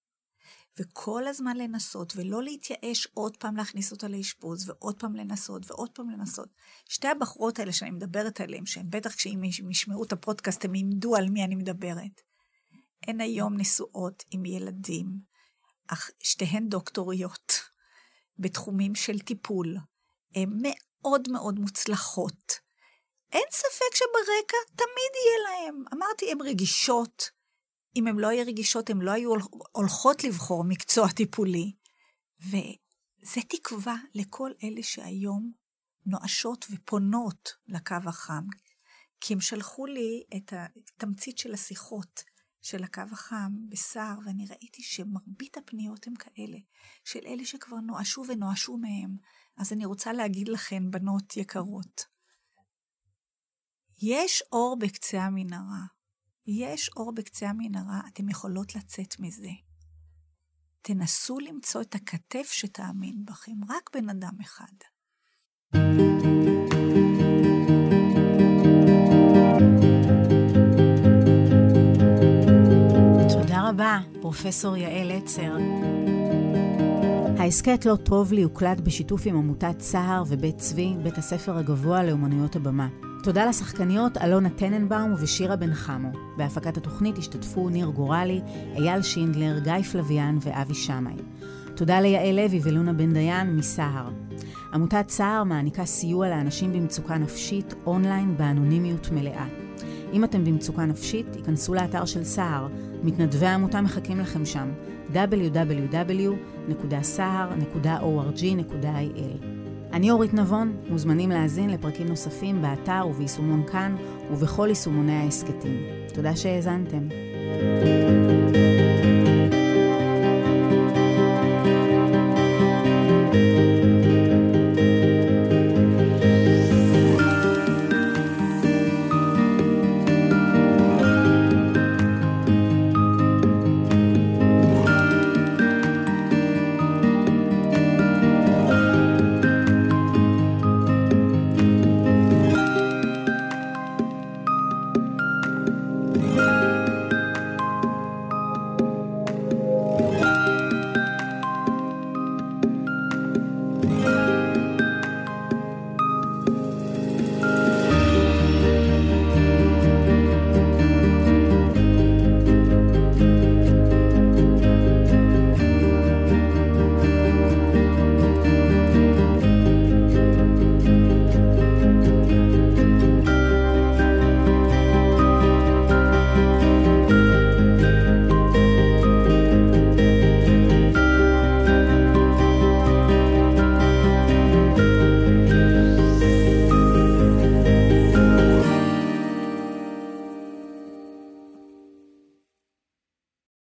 וכל הזמן לנסות, ולא להתייאש עוד פעם להכניס אותה לאשפוז, ועוד פעם לנסות, ועוד פעם לנסות. שתי הבחורות האלה שאני מדברת עליהן, שהן בטח כשהם ישמעו את הפודקאסט, הם ימדו על מי אני מדברת. הן היום נשואות עם ילדים, אך שתיהן דוקטוריות, בתחומים של טיפול. הן מאוד מאוד מוצלחות. אין ספק שברקע תמיד יהיה להם. אמרתי, הן רגישות. אם הן לא היו רגישות, הן לא היו הולכות לבחור מקצוע טיפולי. וזה תקווה לכל אלה שהיום נואשות ופונות לקו החם. כי הם שלחו לי את התמצית של השיחות של הקו החם בסער, ואני ראיתי שמרבית הפניות הם כאלה, של אלה שכבר נואשו ונואשו מהם. אז אני רוצה להגיד לכן, בנות יקרות, יש אור בקצה המנהרה. יש אור בקצה המנהרה, אתם יכולות לצאת מזה. תנסו למצוא את הכתף שתאמין בכם, רק בן אדם אחד. תודה רבה, פרופסור יעל עצר. העסקת לא טוב לי הוקלט בשיתוף עם עמותת סהר ובית צבי, בית הספר הגבוה לאומנויות הבמה. תודה לשחקניות אלונה טננבאום ושירה בן חמו. בהפקת התוכנית השתתפו ניר גורלי, אייל שינדלר, גיא פלוויאן ואבי שמאי. תודה ליעל לוי ולונה בן דיין מסהר. עמותת סהר מעניקה סיוע לאנשים במצוקה נפשית אונליין באנונימיות מלאה. אם אתם במצוקה נפשית, היכנסו לאתר של סהר. מתנדבי העמותה מחכים לכם שם. דאבליו דאבליו דאבליו נקודה סהר נקודה או אר ג'י נקודה איי אל. אני אורית נבון, מוזמנים להאזין לפרקים נוספים באתר וביישומון כאן ובכל יישומוני העסקתים. תודה שהאזנתם. Yeah.